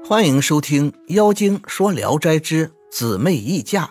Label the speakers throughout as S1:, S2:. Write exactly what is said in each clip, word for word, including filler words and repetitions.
S1: 欢迎收听《妖精说聊斋之姊妹议嫁》。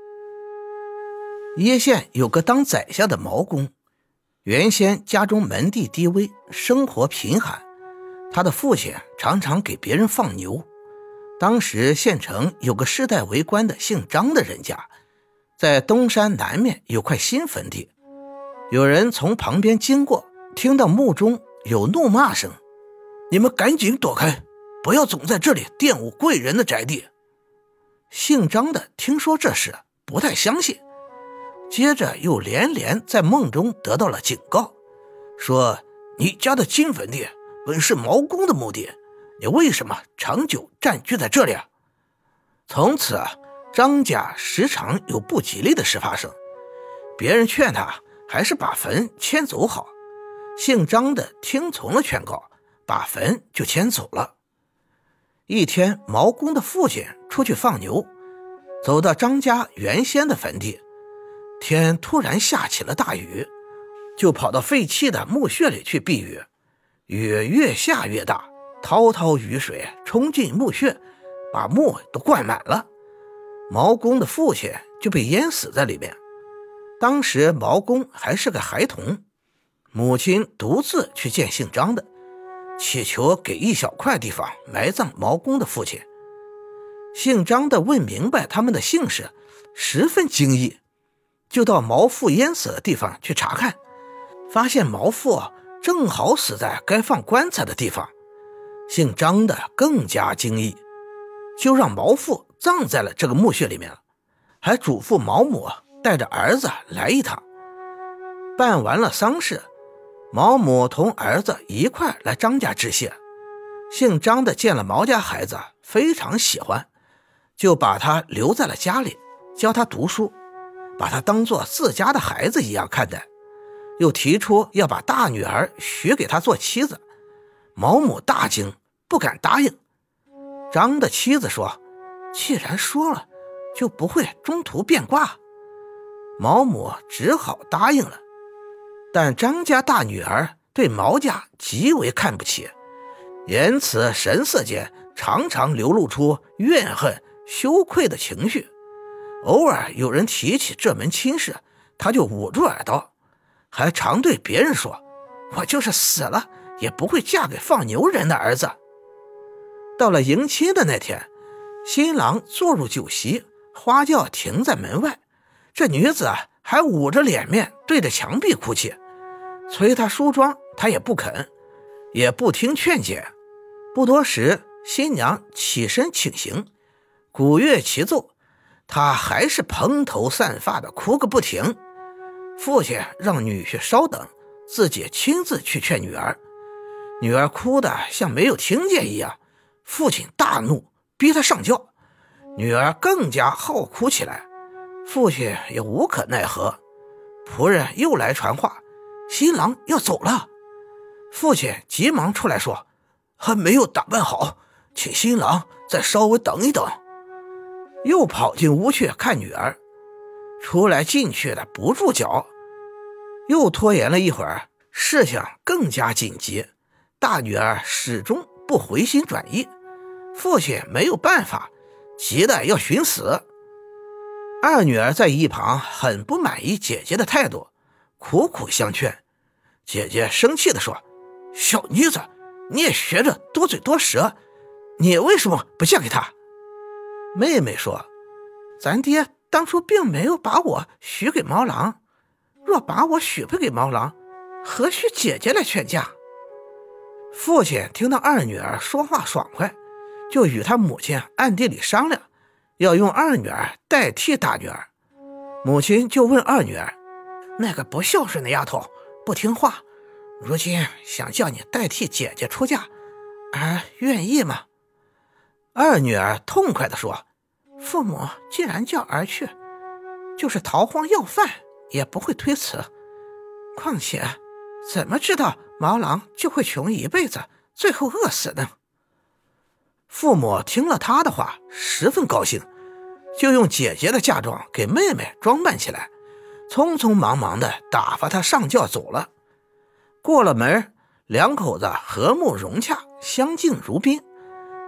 S1: 邺县有个当宰相的毛公，原先家中门第低微，生活贫寒，他的父亲常常给别人放牛。当时县城有个世代为官的姓张的人家，在东山南面有块新坟地，有人从旁边经过，听到墓中有怒骂声：“你们赶紧躲开，不要总在这里玷污贵人的宅地。”姓张的听说这事不太相信，接着又连连在梦中得到了警告，说：“你家的金坟地本是毛公的墓地，你为什么长久占据在这里啊？”从此啊，张家时常有不吉利的事发生，别人劝他还是把坟迁走好。姓张的听从了劝告，把坟就迁走了。一天，毛公的父亲出去放牛，走到张家原先的坟地，天突然下起了大雨，就跑到废弃的墓穴里去避雨。雨越下越大，滔滔雨水冲进墓穴，把墓都灌满了。毛公的父亲就被淹死在里面。当时毛公还是个孩童，母亲独自去见姓张的，祈求给一小块地方埋葬毛公的父亲。姓张的问明白他们的姓氏，十分惊异，就到毛父淹死的地方去查看，发现毛父正好死在该放棺材的地方。姓张的更加惊异，就让毛父葬在了这个墓穴里面了，还嘱咐毛母带着儿子来一趟。办完了丧事，毛母同儿子一块来张家致谢。姓张的见了毛家孩子非常喜欢，就把他留在了家里，教他读书，把他当作自家的孩子一样看待，又提出要把大女儿许给他做妻子。毛母大惊，不敢答应。张的妻子说：“既然说了，就不会中途变卦。”毛母只好答应了。但张家大女儿对毛家极为看不起，言辞神色间常常流露出怨恨羞愧的情绪。偶尔有人提起这门亲事，他就捂住耳朵，还常对别人说：“我就是死了也不会嫁给放牛人的儿子。”到了迎亲的那天，新郎坐入酒席，花轿停在门外，这女子还捂着脸面对着墙壁哭泣，催她梳妆她也不肯，也不听劝解。不多时，新娘起身请行，鼓乐齐奏，她还是蓬头散发的哭个不停。父亲让女婿稍等，自己亲自去劝女儿。女儿哭得像没有听见一样，父亲大怒，逼她上轿。女儿更加好哭起来，父亲也无可奈何。仆人又来传话，新郎要走了。父亲急忙出来说：“还没有打扮好，请新郎再稍微等一等。”又跑进屋去看女儿，出来进去的不住脚。又拖延了一会儿，事情更加紧急，大女儿始终不回心转意，父亲没有办法，急得要寻死。二女儿在一旁很不满意姐姐的态度，苦苦相劝。姐姐生气地说：“小妮子，你也学着多嘴多舌，你为什么不嫁给他？”妹妹说：“咱爹当初并没有把我许给毛郎，若把我许配给毛郎，何须姐姐来劝嫁？”父亲听到二女儿说话爽快，就与他母亲暗地里商量，要用二女儿代替大女儿。母亲就问二女儿：“那个不孝顺的丫头不听话，如今想叫你代替姐姐出嫁，儿愿意吗？”二女儿痛快地说：“父母既然叫儿去，就是逃荒要饭也不会推辞。况且怎么知道毛郎就会穷一辈子，最后饿死呢？”父母听了他的话，十分高兴，就用姐姐的嫁妆给妹妹装扮起来，匆匆忙忙地打发她上轿走了。过了门，两口子和睦融洽，相敬如宾。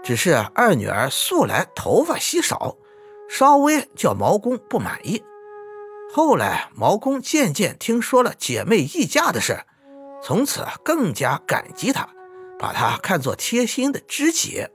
S1: 只是二女儿素来头发稀少，稍微叫毛公不满意。后来毛公渐渐听说了姐妹议嫁的事，从此更加感激她，把她看作贴心的知己。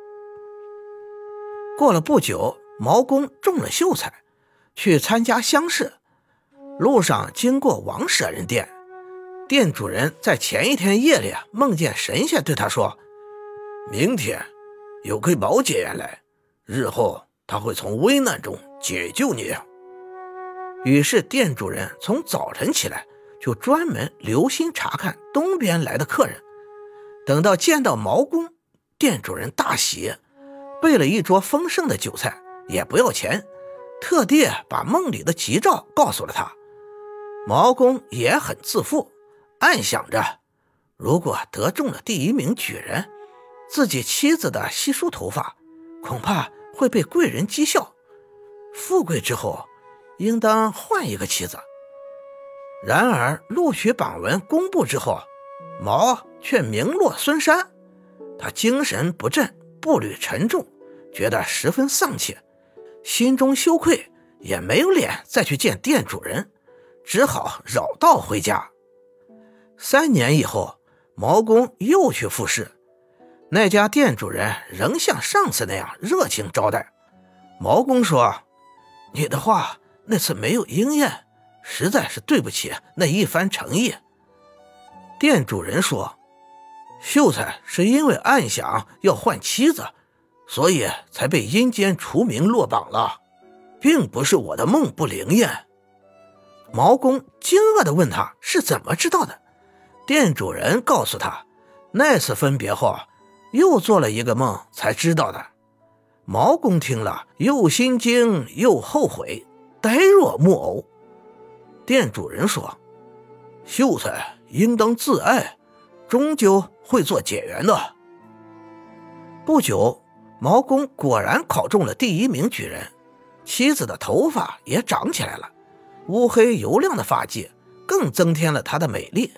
S1: 过了不久，毛公中了秀才，去参加乡试。路上经过王舍人店，店主人在前一天夜里梦见神仙对他说，明天有个毛解元来，日后他会从危难中解救你。于是店主人从早晨起来就专门留心查看东边来的客人。等到见到毛公，店主人大喜，备了一桌丰盛的酒菜，也不要钱，特地把梦里的吉兆告诉了他。毛公也很自负，暗想着，如果得中了第一名举人，自己妻子的稀疏头发恐怕会被贵人讥笑，富贵之后应当换一个妻子。然而录取榜文公布之后，毛却名落孙山，他精神不振，步履沉重，觉得十分丧气，心中羞愧，也没有脸再去见店主人，只好绕道回家。三年以后，毛公又去复试，那家店主人仍像上次那样热情招待。毛公说，你的话那次没有应验，实在是对不起那一番诚意。店主人说，秀才是因为暗想要换妻子，所以才被阴间除名落榜了，并不是我的梦不灵验。毛公惊愕地问他是怎么知道的。店主人告诉他，那次分别后又做了一个梦才知道的。毛公听了，又心惊又后悔，呆若木偶。店主人说，秀才应当自爱，终究会做解元的。不久，毛公果然考中了第一名举人，妻子的头发也长起来了，乌黑油亮的发髻更增添了她的美丽。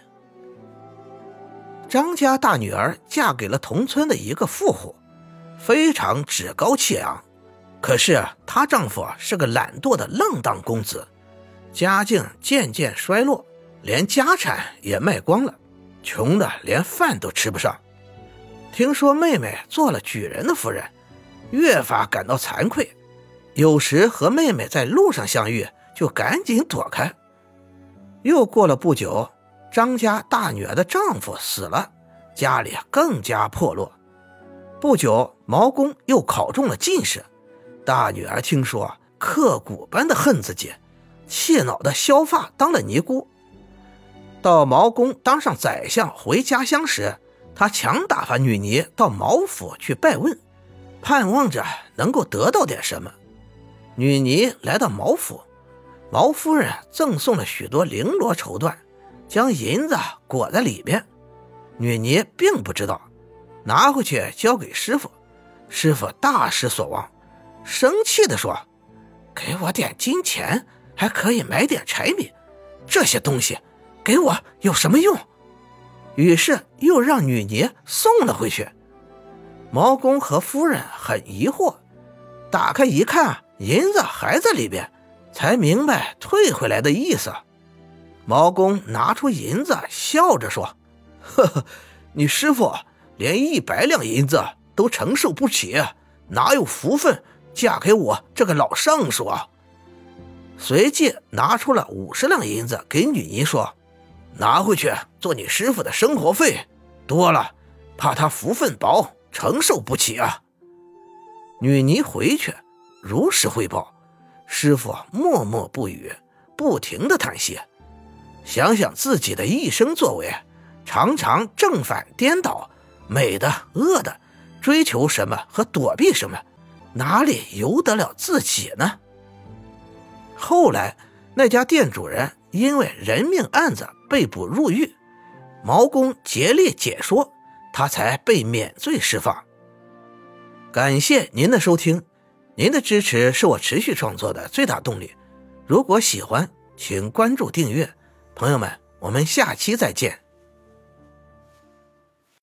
S1: 张家大女儿嫁给了同村的一个富户，非常趾高气扬，可是她丈夫是个懒惰的愣当公子，家境渐渐衰落，连家产也卖光了，穷的连饭都吃不上。听说妹妹做了举人的夫人，越发感到惭愧，有时和妹妹在路上相遇，就赶紧躲开。又过了不久，张家大女儿的丈夫死了，家里更加破落。不久，毛公又考中了进士，大女儿听说，刻骨般的恨自己，气恼的削发当了尼姑。到毛公当上宰相回家乡时，他强打发女尼到毛府去拜问，盼望着能够得到点什么。女尼来到毛府，毛夫人赠送了许多绫罗绸缎，将银子裹在里边。女尼并不知道，拿回去交给师傅，师傅大失所望，生气地说，给我点金钱还可以买点柴米，这些东西给我有什么用？于是又让女尼送了回去。毛公和夫人很疑惑，打开一看，银子还在里边，才明白退回来的意思。毛公拿出银子，笑着说，呵呵，你师傅连一百两银子都承受不起，哪有福分嫁给我这个老尚书啊？随即拿出了五十两银子给女尼说，拿回去做你师傅的生活费，多了怕他福分薄，承受不起啊。女尼回去如实汇报，师傅默默不语，不停地叹息，想想自己的一生作为，常常正反颠倒，美的恶的，追求什么和躲避什么，哪里由得了自己呢？后来那家店主人因为人命案子被捕入狱，毛公竭力解说，他才被免罪释放。感谢您的收听，您的支持是我持续创作的最大动力。如果喜欢，请关注订阅。朋友们，我们下期再见。